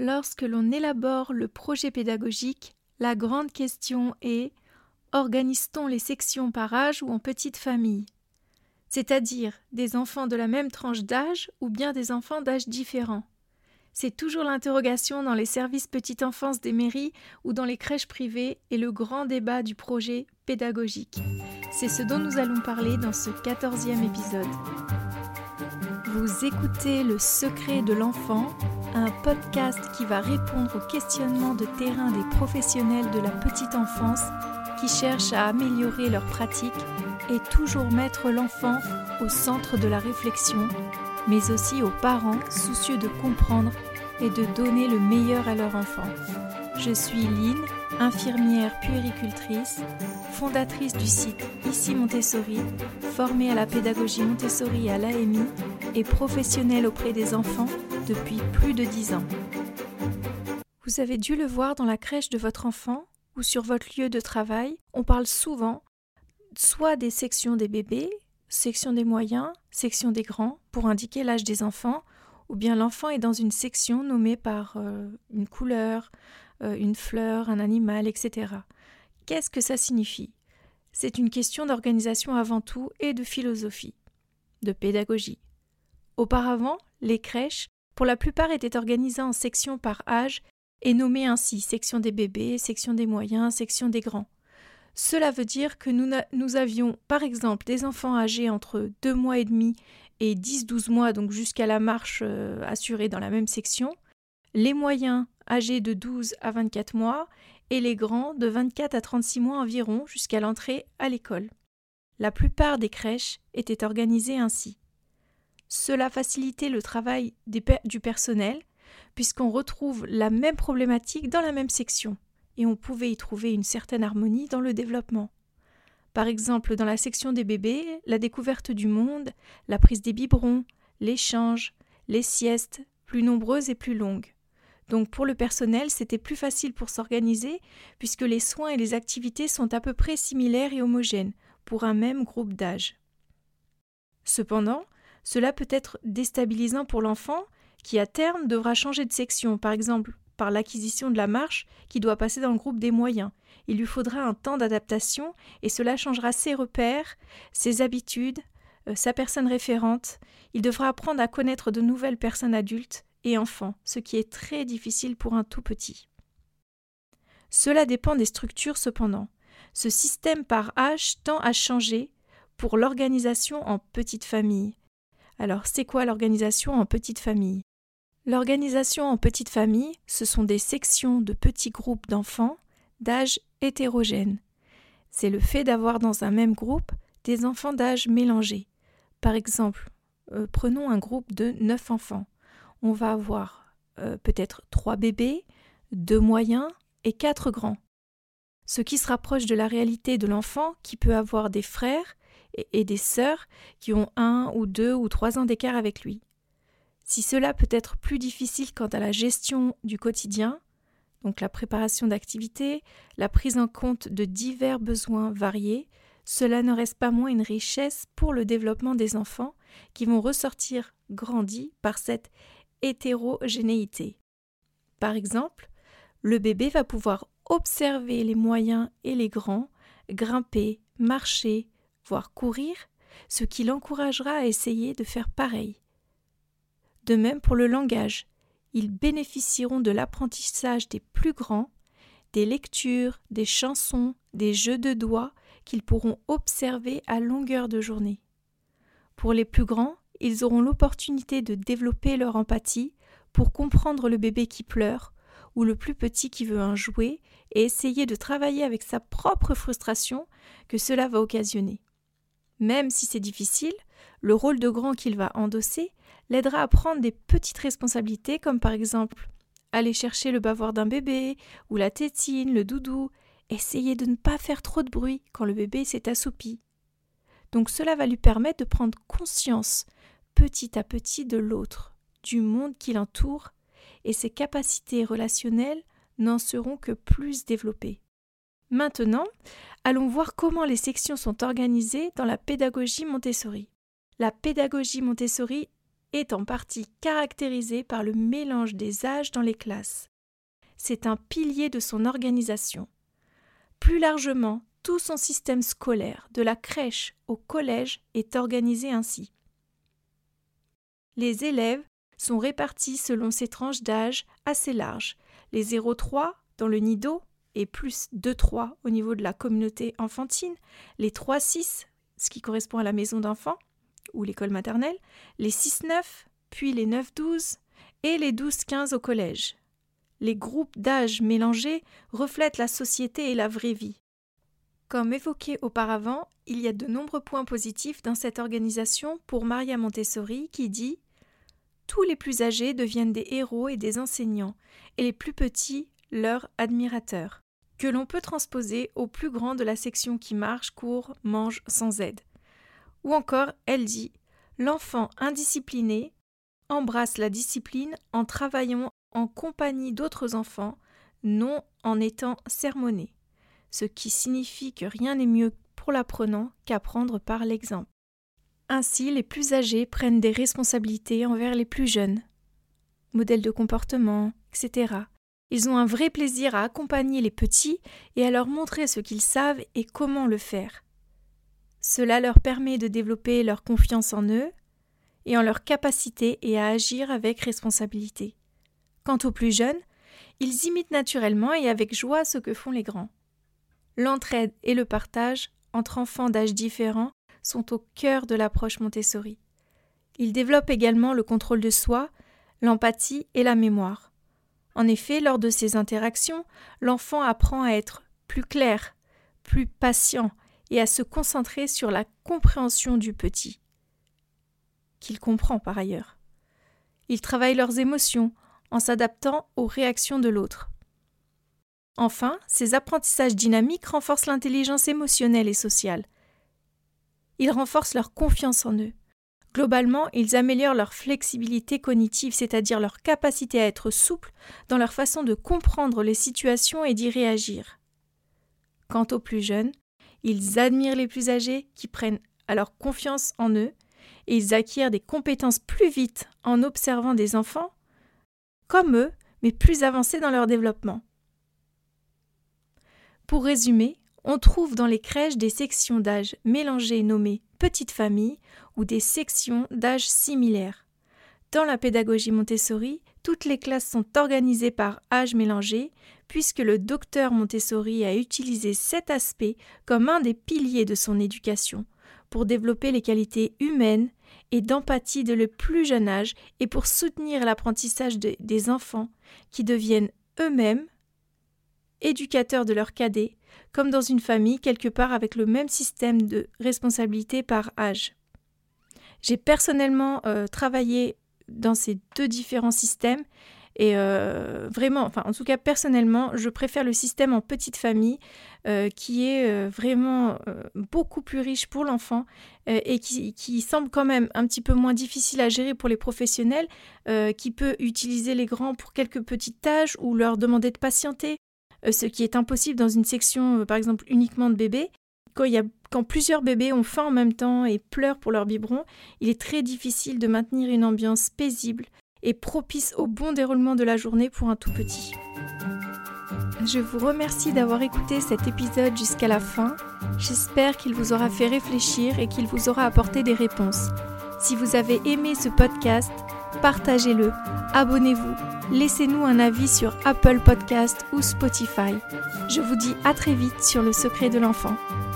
Lorsque l'on élabore le projet pédagogique, la grande question est: organise-t-on les sections par âge ou en petite famille ? C'est-à-dire des enfants de la même tranche d'âge ou bien des enfants d'âge différents ? C'est toujours l'interrogation dans les services petite enfance des mairies ou dans les crèches privées et le grand débat du projet pédagogique. C'est ce dont nous allons parler dans ce 14e épisode. Vous écoutez Le Secret de l'enfant, un podcast qui va répondre aux questionnements de terrain des professionnels de la petite enfance qui cherchent à améliorer leurs pratiques et toujours mettre l'enfant au centre de la réflexion, mais aussi aux parents soucieux de comprendre et de donner le meilleur à leur enfant. Je suis Lynn, infirmière puéricultrice, fondatrice du site Ici Montessori, formée à la pédagogie Montessori et à l'AMI et professionnelle auprès des enfants depuis plus de 10 ans. Vous avez dû le voir dans la crèche de votre enfant ou sur votre lieu de travail, on parle souvent soit des sections des bébés, section des moyens, section des grands, pour indiquer l'âge des enfants, ou bien l'enfant est dans une section nommée par une couleur, une fleur, un animal, etc. Qu'est-ce que ça signifie ? C'est une question d'organisation avant tout et de philosophie, de pédagogie. Auparavant, les crèches, pour la plupart, étaient organisées en sections par âge et nommées ainsi section des bébés, section des moyens, section des grands. Cela veut dire que nous avions, par exemple, des enfants âgés entre 2 mois et demi et 10-12 mois, donc jusqu'à la marche assurée dans la même section, les moyens âgés de 12 à 24 mois et les grands de 24 à 36 mois environ jusqu'à l'entrée à l'école. La plupart des crèches étaient organisées ainsi. Cela facilitait le travail du personnel puisqu'on retrouve la même problématique dans la même section. Et on pouvait y trouver une certaine harmonie dans le développement. Par exemple, dans la section des bébés, la découverte du monde, la prise des biberons, l'échange, les siestes, plus nombreuses et plus longues. Donc pour le personnel, c'était plus facile pour s'organiser puisque les soins et les activités sont à peu près similaires et homogènes pour un même groupe d'âge. Cependant, cela peut être déstabilisant pour l'enfant qui à terme devra changer de section, par exemple par l'acquisition de la marche qui doit passer dans le groupe des moyens. Il lui faudra un temps d'adaptation et cela changera ses repères, ses habitudes, sa personne référente. Il devra apprendre à connaître de nouvelles personnes adultes et enfants, ce qui est très difficile pour un tout petit. Cela dépend des structures cependant. Ce système par âge tend à changer pour l'organisation en petite famille. Alors, c'est quoi l'organisation en petite famille ? L'organisation en petite famille, ce sont des sections de petits groupes d'enfants d'âge hétérogène. C'est le fait d'avoir dans un même groupe des enfants d'âge mélangé. Par exemple, prenons un groupe de 9 enfants. On va avoir peut-être 3 bébés, 2 moyens et 4 grands. Ce qui se rapproche de la réalité de l'enfant qui peut avoir des frères et des sœurs qui ont 1 ou 2 ou 3 ans d'écart avec lui. Si cela peut être plus difficile quant à la gestion du quotidien, donc la préparation d'activités, la prise en compte de divers besoins variés, cela ne reste pas moins une richesse pour le développement des enfants qui vont ressortir grandis par cette hétérogénéité. Par exemple, le bébé va pouvoir observer les moyens et les grands, grimper, marcher, voire courir, ce qui l'encouragera à essayer de faire pareil. De même pour le langage, ils bénéficieront de l'apprentissage des plus grands, des lectures, des chansons, des jeux de doigts qu'ils pourront observer à longueur de journée. Pour les plus grands, ils auront l'opportunité de développer leur empathie pour comprendre le bébé qui pleure ou le plus petit qui veut un jouet et essayer de travailler avec sa propre frustration que cela va occasionner. Même si c'est difficile, le rôle de grand qu'il va endosser l'aidera à prendre des petites responsabilités comme par exemple aller chercher le bavoir d'un bébé ou la tétine, le doudou, essayer de ne pas faire trop de bruit quand le bébé s'est assoupi. Donc cela va lui permettre de prendre conscience petit à petit de l'autre, du monde qui l'entoure et ses capacités relationnelles n'en seront que plus développées. Maintenant, allons voir comment les sections sont organisées dans la pédagogie Montessori. La pédagogie Montessori est en partie caractérisé par le mélange des âges dans les classes. C'est un pilier de son organisation. Plus largement, tout son système scolaire, de la crèche au collège, est organisé ainsi. Les élèves sont répartis selon ces tranches d'âge assez larges. Les 0-3 dans le nido et plus 2-3 au niveau de la communauté enfantine, les 3-6, ce qui correspond à la maison d'enfants ou l'école maternelle, les 6-9, puis les 9-12 et les 12-15 au collège. Les groupes d'âge mélangés reflètent la société et la vraie vie. Comme évoqué auparavant, il y a de nombreux points positifs dans cette organisation pour Maria Montessori qui dit « Tous les plus âgés deviennent des héros et des enseignants, et les plus petits, leurs admirateurs », que l'on peut transposer aux plus grands de la section qui marche, court, mange sans aide. Ou encore, elle dit « L'enfant indiscipliné embrasse la discipline en travaillant en compagnie d'autres enfants, non en étant sermonné », ce qui signifie que rien n'est mieux pour l'apprenant qu'apprendre par l'exemple. Ainsi, les plus âgés prennent des responsabilités envers les plus jeunes, modèles de comportement, etc. Ils ont un vrai plaisir à accompagner les petits et à leur montrer ce qu'ils savent et comment le faire. Cela leur permet de développer leur confiance en eux et en leur capacité et à agir avec responsabilité. Quant aux plus jeunes, ils imitent naturellement et avec joie ce que font les grands. L'entraide et le partage entre enfants d'âges différents sont au cœur de l'approche Montessori. Ils développent également le contrôle de soi, l'empathie et la mémoire. En effet, lors de ces interactions, l'enfant apprend à être plus clair, plus patient et à se concentrer sur la compréhension du petit, qu'il comprend par ailleurs. Ils travaillent leurs émotions en s'adaptant aux réactions de l'autre. Enfin, ces apprentissages dynamiques renforcent l'intelligence émotionnelle et sociale. Ils renforcent leur confiance en eux. Globalement, ils améliorent leur flexibilité cognitive, c'est-à-dire leur capacité à être souples dans leur façon de comprendre les situations et d'y réagir. Quant aux plus jeunes, ils admirent les plus âgés qui prennent alors confiance en eux et ils acquièrent des compétences plus vite en observant des enfants comme eux, mais plus avancés dans leur développement. Pour résumer, on trouve dans les crèches des sections d'âge mélangées nommées petites familles ou des sections d'âge similaires. Dans la pédagogie Montessori, toutes les classes sont organisées par âge mélangé puisque le docteur Montessori a utilisé cet aspect comme un des piliers de son éducation pour développer les qualités humaines et d'empathie dès le plus jeune âge et pour soutenir l'apprentissage des enfants qui deviennent eux-mêmes éducateurs de leurs cadets, comme dans une famille quelque part avec le même système de responsabilité par âge. J'ai personnellement travaillé dans ces deux différents systèmes et vraiment, en tout cas personnellement, je préfère le système en petite famille qui est vraiment beaucoup plus riche pour l'enfant et qui semble quand même un petit peu moins difficile à gérer pour les professionnels qui peut utiliser les grands pour quelques petites tâches ou leur demander de patienter. Ce qui est impossible dans une section, par exemple, uniquement de bébés. Quand plusieurs bébés ont faim en même temps et pleurent pour leur biberon, il est très difficile de maintenir une ambiance paisible et propice au bon déroulement de la journée pour un tout petit. Je vous remercie d'avoir écouté cet épisode jusqu'à la fin. J'espère qu'il vous aura fait réfléchir et qu'il vous aura apporté des réponses. Si vous avez aimé ce podcast, partagez-le, abonnez-vous, laissez-nous un avis sur Apple Podcast ou Spotify. Je vous dis à très vite sur Le Secret de l'enfant.